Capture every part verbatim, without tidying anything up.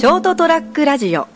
ショートトラックラジオ。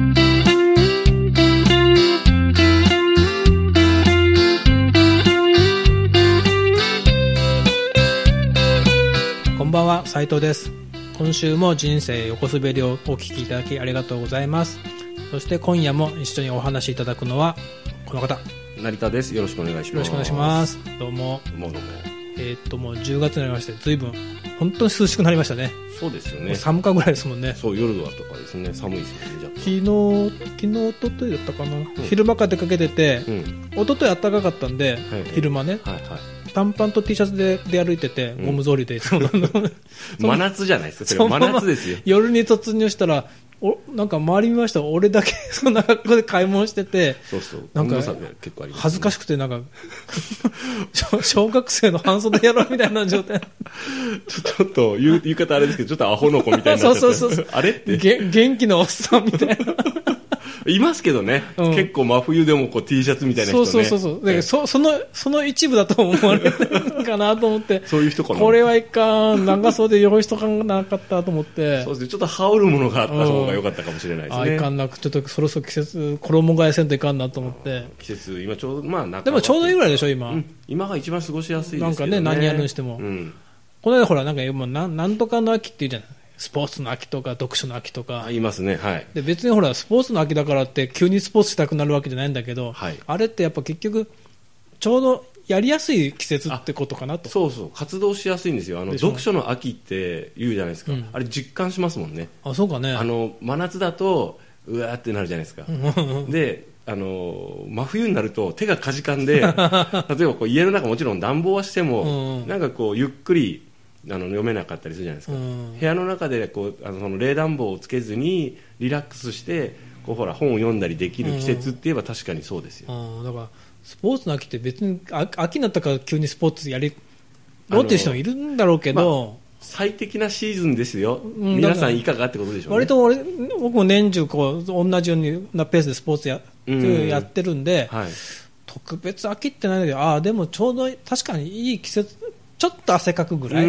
こんばんは、斉藤です。今週も人生横滑りをお聞きいただきありがとうございます。そして今夜も一緒にお話しいただくのはこの方、 成田です。よろしくお願いします。 よろしくお願いします。どうも。 どうもどうも。 えー、っともうじゅうがつになりまして、随分本当に涼しくなりましたね。 そうですよね。 もう寒かぐらいですもんね。 そう、夜はとかですね、寒いですよね。じゃあ昨日昨日一昨日だったかな、うん、昼間から出かけてて、うん、一昨日暖かかったんで、はいはい、昼間ね、はいはい、短パンと T シャツ で, で歩いてて、うん、ゴム草履で真夏じゃないですか。それ真夏ですよ。 夜に突入したら、おなんか周り見ました。俺だけそんな格好で買い物してて、 そうそう、 なんか恥ずかしくて、なんか小学生の半袖やろうみたいな状態。 ちょっと言う言い方あれですけど、ちょっとアホの子みたいになっちゃってそうそうそう、あれって元気のおっさんみたいな。 いますけどね、うん、結構真冬でもこう T シャツみたいな人ね。 そうそうそうそう、で、そ, そ, のその一部だと思われてるかなと思って。 そういう人かな。 これはいかん、長袖用意しとかなかったと思って。 そうですね、ちょっと羽織るものがあった方が良かったかもしれないですね。うん、 あいかんなく、ちょっとそろそろ季節衣替えせんといかんなと思って。 季節今ちょうどまあ中でもちょうどいいぐらいでしょ今、うん、 今が一番過ごしやすいですけどね。 なんかね、何やるにしても、うん、この間ほらなんかもうななんとかの秋っていうじゃない。スポーツの秋とか読書の秋とか言いますね、はい、 で別にほらスポーツの秋だからって急にスポーツしたくなるわけじゃないんだけど、はい、あれってやっぱ結局ちょうどやりやすい季節ってことかなと。 そうそう、活動しやすいんですよ。あの読書の秋って言うじゃないですか、うん、あれ実感しますもんね。 あ、そうかね。 あの真夏だとうわーってなるじゃないですかであの真冬になると手がかじかんで例えばこう家の中もちろん暖房はしても、うん、なんかこうゆっくりあの読めなかったりするじゃないですか、うん、部屋の中でこうあのその冷暖房をつけずにリラックスしてこうほら本を読んだりできる季節って言えば確かにそうですよ、 うん、だからスポーツの秋って別に秋になったから急にスポーツやりろっていう人もいるんだろうけど、まあ、 最適なシーズンですよ、うん、皆さんいかがってことでしょうね。 割と俺僕も年中こう同じようなペースでスポーツ や,、うん、やってるんで、はい、特別秋ってないんだけど、あでもちょうど確かにいい季節、ちょっと汗かくぐらい、うん、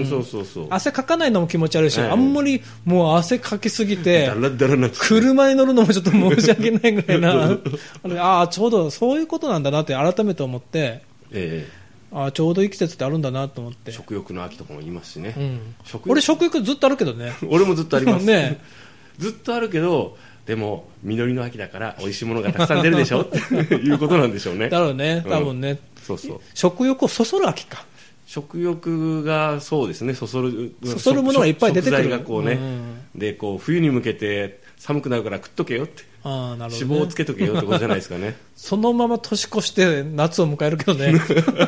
そうそうそう、汗かかないのも気持ち悪いし、はい、あんまりもう汗かきすぎてだらだらな車に乗るのもちょっと申し訳ないぐらいなああちょうどそういうことなんだなって改めて思って、えー、あちょうどいい季節ってあるんだなと思って。 食欲の秋とかも言いますしね、うん、 食俺食欲ずっとあるけどね俺もずっとあります、ね、ずっとあるけどでも実りの秋だから美味しいものがたくさん出るでしょっていうことなんでしょうね。 だろうね、多分ね、うん、そうそう、食欲をそそる秋か。 食欲がそうですね、そそるそそるものがいっぱい出てくる。 食材がこうね、うん、でこう冬に向けて寒くなるから食っとけよって、あ、なるほどね、脂肪をつけとけよってことじゃないですかねそのまま年越して夏を迎えるけどね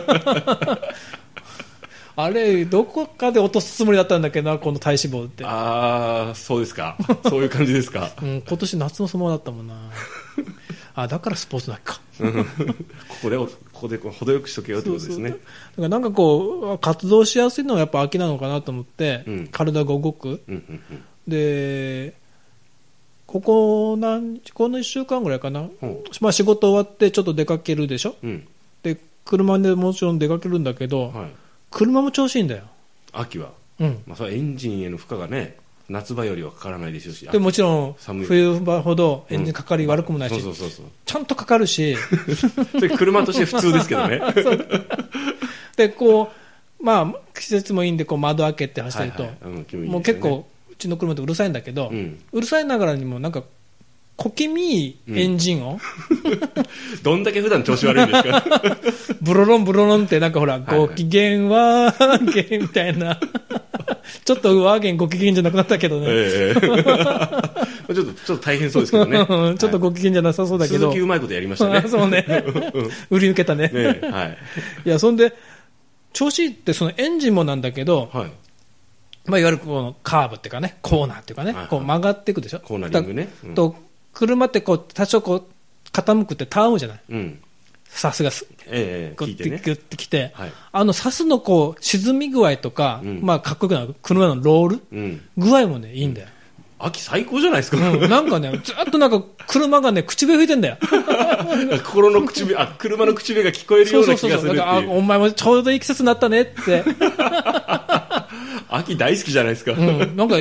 あれどこかで落とすつもりだったんだけどな、この体脂肪って。 ああそうですかそういう感じですか、 うん、今年夏の相撲だったもんなあだからスポーツだっけかここでここで程よくしとけよってことですね。 そうそう、だからなんかこう活動しやすいのはやっぱ秋なのかなと思って、うん、体が動く、うんうんうん、でここ何このいっしゅうかんぐらいかな、うん、まあ、仕事終わってちょっと出かけるでしょ、うん、で車でもちろん出かけるんだけど、はい、車も調子いいんだよ秋は、うん、まあ、それはエンジンへの負荷がね夏場よりはかからないでしょうし、 でもちろん冬場ほどエンジンかかり悪くもないし、ちゃんとかかるしで車として普通ですけどねでこう、まあ、季節もいいんでこう窓開けて走ると、はいはい、うん、もう結構うちの車ってうるさいんだけど、うん、うるさいながらにもなんか小気味いいエンジン音、うん、 どんだけ普段調子悪いんですかブロロンブロロンってなんかほら、はいはい、ご機嫌はーみたいなちょっとワーゲンご機嫌じゃなくなったけどね、えー、 ちょっとちょっと大変そうですけどねちょっとご機嫌じゃなさそうだけど、 鈴木うまいことやりましたねそうね売り抜けたね、ね、はい、いやそんで調子いいってそのエンジンもなんだけど、はい、まあ、いわゆるこのカーブっていうかね、コーナーっていうかね、はいはい、こう曲がっていくでしょ、 コーナリングね、うん、 と車ってこう多少こう傾くってターンじゃない、うん、さすがす、えー、グッて、ね、グッてきて、はい、あのさすのこう沈み具合とか、うん、まあ、かっこよくなる車のロール、うん、具合もねいいんだよ、 うん、秋最高じゃないですか、 うん、なんかねずっとなんか車がね口笛吹いてんだよ心の口笛、あ、車の口笛が聞こえるような気がするっていう。そうそうそう、だから、 あ、お前もちょうどいい季節になったねって秋大好きじゃないですか、 うん、なんか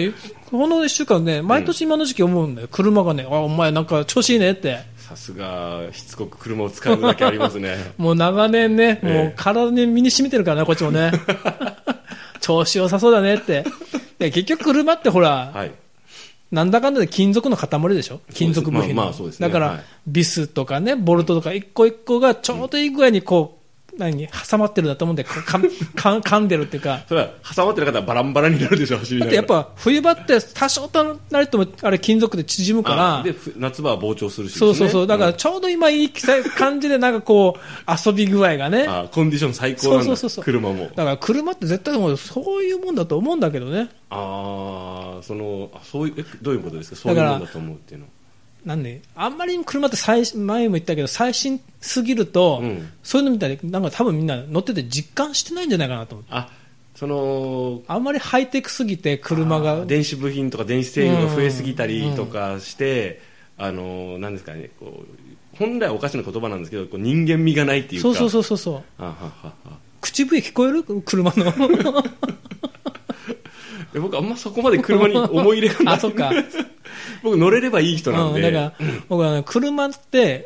このいっしゅうかんね、毎年今の時期思うんだよ、うん、車がね、あ、お前なんか調子いいねって。 さすがしつこく車を使うだけありますねもう長年ね、えー、もう体に身に染みてるからね、こっちもね調子良さそうだねってで結局車ってほら、はい、なんだかんだで金属の塊でしょ、金属部品、まあまあそうですね、だから、はい、ビスとかね、ボルトとか一個一個がちょうどいい具合にこう、何挟まってるんだと思うんで、かかか噛んでるっていうか、 それは挟まってる方はバランバラになるでしょ、走りながら。 だってやっぱ冬場って多少となりともあれ金属で縮むから、 で夏場は膨張するし、ね、 そうそうそう、だからちょうど今いい感じでなんかこう遊び具合がね、 あコンディション最高なんだ、そうそうそうそう、車も。 だから車って絶対もうそういうもんだと思うんだけどね。 ああ、そのあそういうえどういうことですか、そういうもんだと思うっていうのは。 なんであんまり車って最前も言ったけど最新すぎると、うん、そういうのみたいになんか多分みんな乗ってて実感してないんじゃないかなと思って。 あそのあんまりハイテクすぎて車が電子部品とか電子制御が増えすぎたりとかして、うんうん、あのなんですかね、こう本来おかしな言葉なんですけど、こう人間味がないっていうか、 そうそうそうそうそう、あははは口笛聞こえる車の僕あんまそこまで車に思い入れがないあそっか僕乗れればいい人なんで、 うん、だから僕は、ね、車って、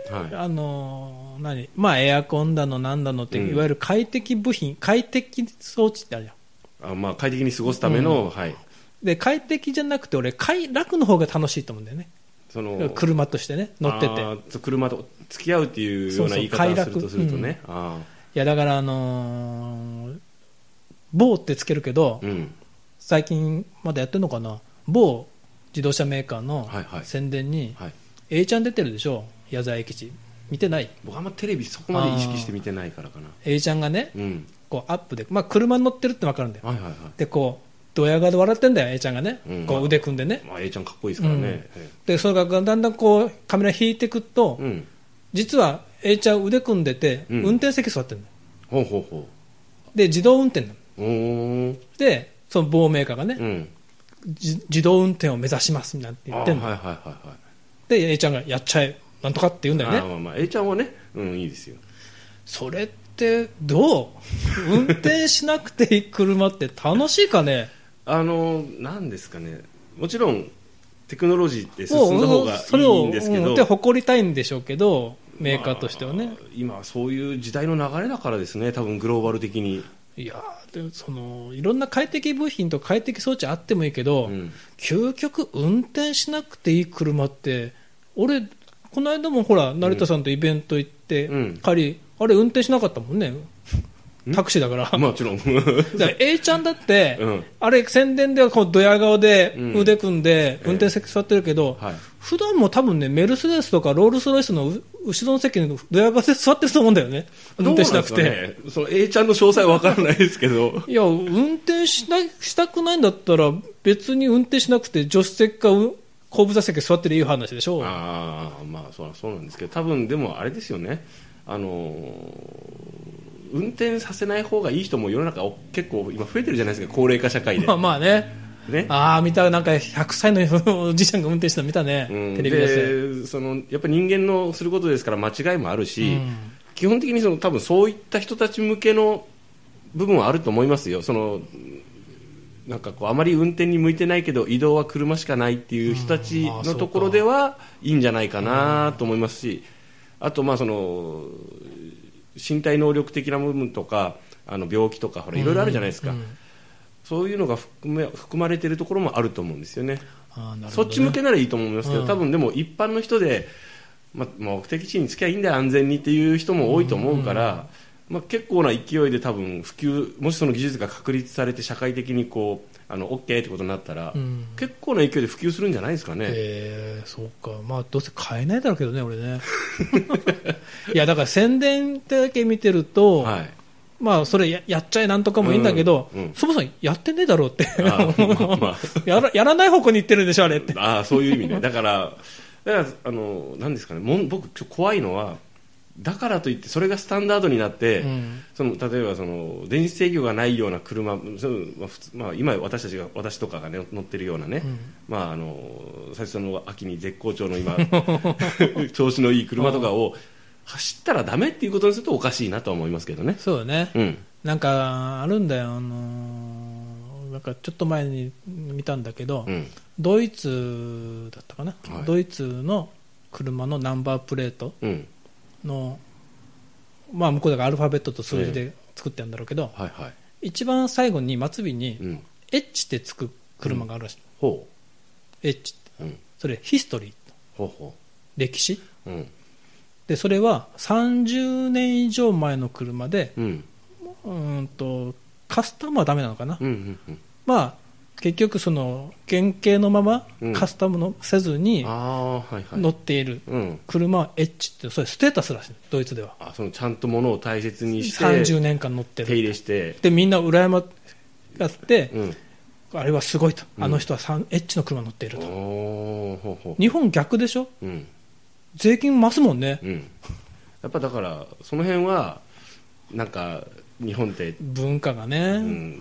はい、あの何、まあ、エアコンだのなんだのって、うん、いわゆる快適部品、快適装置ってあるじゃん。あ、まあ、快適に過ごすための、うん、はい、 で快適じゃなくて俺快楽の方が楽しいと思うんだよね、その車としてね、乗っててあ車と付き合うっていうような言い方をするとするとね、うん、あいやだからあのー、某ってつけるけど、うん、最近まだやってるのかな、某自動車メーカーの宣伝に、はいはい、A ちゃん出てるでしょ、矢沢永吉。見てない？ 僕あんまテレビそこまで意識して見てないからかな。 A ちゃんがね、うん、こうアップで、まあ、車に乗ってるって分かるんだよ、 はいはいはい、 でこうドヤ顔で笑ってんだよ A ちゃんがね、うん、こう腕組んでね、 まあ、A ちゃんかっこいいですからね、 うん、でそれがだんだんこうカメラ引いていくと、うん、実は A ちゃん腕組んでて、うん、運転席座ってるの、ほうほうほう、で自動運転なので、その某メーカーがね、うん、自動運転を目指しますなんて言ってんの、はいはいはいはい、で A ちゃんがやっちゃえなんとかって言うんだよね。あ、 まあまあ A ちゃんはね、うん、いいですよ。 それってどう運転しなくていい車って楽しいかねあのなんですかね、もちろんテクノロジーって進んだ方がいいんですけど、それを、うん、って誇りたいんでしょうけどメーカーとしてはね、まあ、 今そういう時代の流れだからですね、多分グローバル的に。 いやでそのいろんな快適部品と快適装置あってもいいけど、うん、究極運転しなくていい車って俺この間もほら成田さんとイベント行って、うん、帰りあれ運転しなかったもんね、タクシーだからもちろんだから A ちゃんだって、うん、あれ宣伝ではこうドヤ顔で腕組んで運転席座ってるけど、うん、はい、普段も多分ねメルセデスとかロールスロイスの後ろの席にドヤ顔で座ってると思うんだよね、運転しなくて。 ね、その A ちゃんの詳細は分からないですけどいや運転しなしたくないんだったら別に運転しなくて助手席か後部座席座ってるいい話でしょう。 ああ、まあそうそうなんですけど、多分でもあれですよね、あの運転させない方がいい人も世の中結構今増えてるじゃないですか、高齢化社会で。 まあまあね。ね、ああ見た、なんかひゃくさいのおじいちゃんが運転したの見たね、うん、テレビで。 そのやっぱり人間のすることですから間違いもあるし、うん、基本的にその多分そういった人たち向けの部分はあると思いますよ。そのなんかこうあまり運転に向いてないけど移動は車しかないっていう人たちのところではいいんじゃないかなと思いますし、あとまあその身体能力的な部分とかあの病気とかほらいろいろあるじゃないですか、うんうん、そういうのが含め含まれているところもあると思うんですよね。あ、なるほどね。そっち向けならいいと思いますけど、うん、多分でも一般の人で、ま、目的地に着きゃいいんだよ安全にっていう人も多いと思うから、うんうん、まあ、結構な勢いで多分普及、もしその技術が確立されて社会的にこうあの OK ってことになったら、うん、結構な勢いで普及するんじゃないですかね。 えー、そうか、まあ、どうせ買えないだろうけどね俺ねいやだから宣伝だけ見てると、はい、まあ、それ や, やっちゃえなんとかもいいんだけど、うんうん、そもそもやってねえだろうってあ、まあまあ、や, らやらない方向に行ってるでしょあれって。 あ、そういう意味ね。だからだからあのなんですかね、もん僕ちょ怖いのはだからといってそれがスタンダードになって、うん、その例えばその電子制御がないような車、そのまあ普通まあ、今私たちが私とかが、ね、乗ってるようなね、うん、まあ、あの最初の秋に絶好調の今調子のいい車とかを走ったらダメっていうことにするとおかしいなとは思いますけどね。 そうだね、うん、なんかあるんだよ、あのなんかちょっと前に見たんだけど、うん、 ドイツだったかな、はい、ドイツの車のナンバープレートの、うん、まあ向こうだからアルファベットと数字で作ってるんだろうけど、 はいはい、 一番最後に末尾に、うん、H ってつく車があるらしい、うん、 ほう H って、うん、それヒストリー、 ほうほう、 歴史、 うん、 でそれはさんじゅうねん以上前の車で、うん、うんとカスタムはダメなのかな、うんうんうん、まあ結局その原型のままカスタムのせずに乗っている車は H ってそれステータスらしい、ドイツでは。 あ、そのちゃんと物を大切にしてさんじゅうねんかん乗ってる、 手入れしてでみんな羨まがって、うん、あれはすごいと、うん、あの人は H の車乗っていると、ほうほう、日本逆でしょ、うん、税金増すもんね、うん、 やっぱだからその辺はなんか日本って文化がね、うん、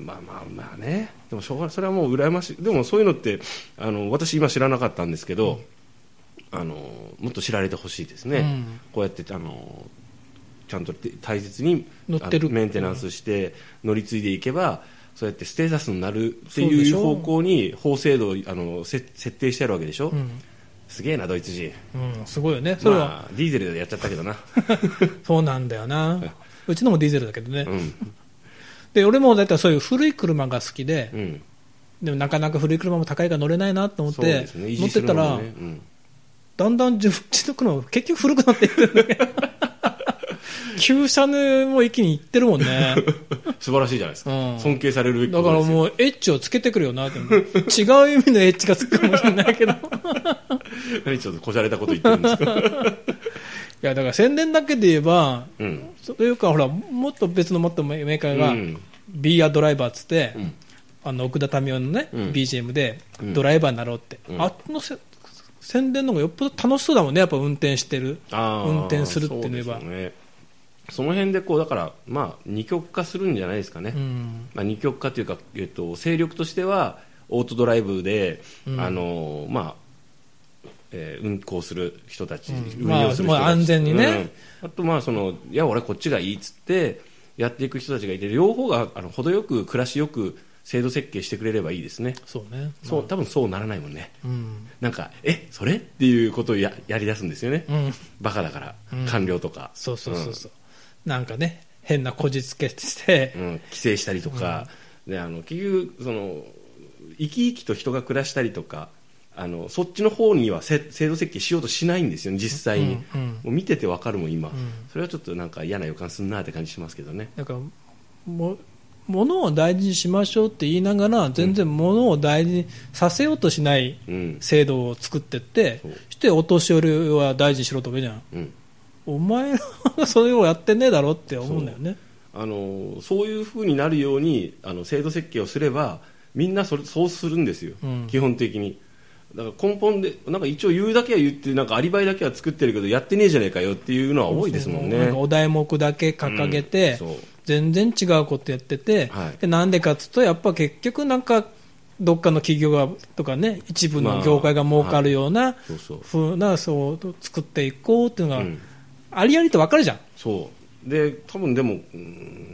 まあまあまあね、でもしょうがない、それはもう羨ましい。でもそういうのってあの私今知らなかったんですけど、うん、あのもっと知られてほしいですね、うん、こうやってあのちゃんと大切に乗ってるメンテナンスして乗り継いでいけば、そうやってステータスになるっていう方向に法制度をあの設定してあるわけでしょ、うん、すげえなドイツ人、 うん、すごいよね、それは、 まあ、ディーゼルでやっちゃったけどなそうなんだよなうちのもディーゼルだけどね、うん、で俺もだいたいそういう古い車が好きで、うん、でもなかなか古い車も高いから乗れないなと思って、ね、乗ってたら、うん、だんだん自分ちの車結局古くなっていってるんだけど旧車も一気にいってるもんね素晴らしいじゃないですか、うん、尊敬されるべきだからもうエッジをつけてくるよなって違う意味のエッジがつくかもしれないけど何ちょっとこじゃれたこと言ってるんですかいやだから宣伝だけで言えば、うん、というかほらもっと別のもっとメーカーが、うん、Be a Driver っつって、うん、あの奥田民生のね、うん、ビージーエム でドライバーになろうって、うん、あのせ宣伝の方がよっぽど楽しそうだもんね、やっぱ運転してる運転するって言えばそ, ね、その辺でこうだからまあ二極化するんじゃないですかね、うんまあ、二極化というか、えっと、勢力としてはオートドライブで、うん、あのまあえー、運行する人たち、うん、運用する人たち、まあ、安全にね、うん、あとまあそのいや俺こっちがいいっつってやっていく人たちがいて、両方があの程よく暮らしよく制度設計してくれればいいですね。 そうね、 そう、多分そうならないもんね、うん、なんかえそれっていうことを や, やり出すんですよね、うん、バカだから、うん、官僚とか、 そうそうそうそう、うん、なんかね変なこじつけして、 うん、規制したりとか、うん、であの結局その生き生きと人が暮らしたりとか、あのそっちの方には制度設計しようとしないんですよね、実際に、うんうん、もう見てて分かるもん今、うん、それはちょっとなんか嫌な予感すんなって感じしますけどね。 なんかも物を大事にしましょうって言いながら全然物を大事にさせようとしない制度を作ってって、うん、してお年寄りは大事にしろとか言うじゃん、うん、お前らそれをやってねえだろって思うんだよね。 そう、あのそういう風になるようにあの制度設計をすればみんなそれそうするんですよ、うん、基本的に。だから根本でなんか一応言うだけは言ってなんかアリバイだけは作ってるけどやってねえじゃねえかよっていうのは多いですもんね。 そうそう、なんかお題目だけ掲げて、うん、全然違うことやってて、はい、でなんでかっていうとやっぱ結局なんかどっかの企業がとかね一部の業界が儲かるような風なそう作っていこうっていうのが、うん、ありありと分かるじゃん。 そうで多分でも、うん、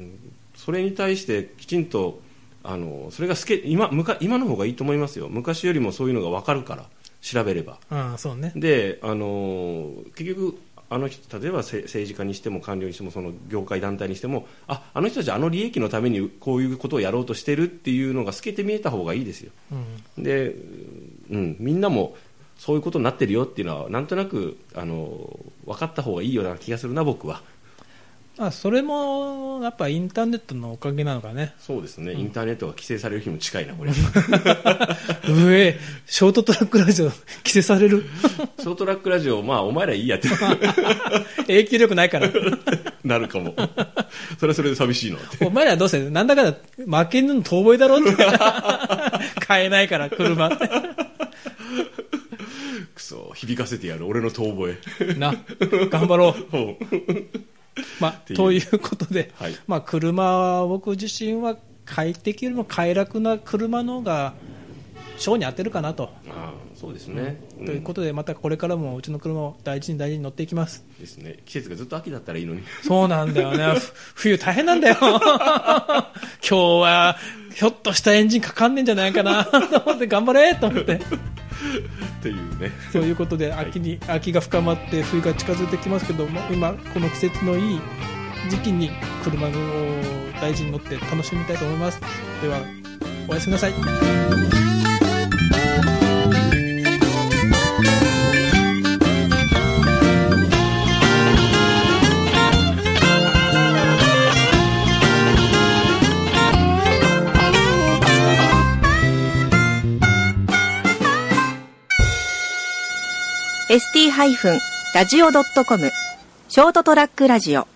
それに対してきちんとあのそれがすけ 今, 今の方がいいと思いますよ。昔よりもそういうのが分かるから調べれば。 ああ、そうね。 であの結局あの人例えば政治家にしても官僚にしてもその業界団体にしても あ, あの人たちあの利益のためにこういうことをやろうとしてるっていうのが透けて見えた方がいいですよ、うん、で、うん、みんなもそういうことになってるよっていうのはなんとなくあの分かった方がいいような気がするな僕は。 あそれもやっぱインターネットのおかげなのかね。 そうですね、うん、インターネットが規制される日も近いなこれ上ショートトラックラジオ規制されるショートトラックラジオまあお前らいいやって影響力ないからなるかもそれはそれで寂しいのってお前らどうせなんだかんだ負けぬの遠吠えだろって買えないから車ってくそ響かせてやる俺の遠吠えな頑張ろうまあ、ということで、はい、まあ、車は僕自身は快適よりも快楽な車の方が性に当てるかなと。 ああそうですね、 うん、ということでまたこれからもうちの車を大事に大事に乗っていきますですね。季節がずっと秋だったらいいのにそうなんだよね冬大変なんだよ今日はひょっとしたエンジンかかんねえんじゃないかなと思って頑張れと思ってっていうね。 そういうことで秋に、はい、秋が深まって冬が近づいてきますけども、今この季節のいい時期に車を大事に乗って楽しみたいと思います。ではおやすみなさい。 エスティー ラジオ ドットコム ショートトラックラジオ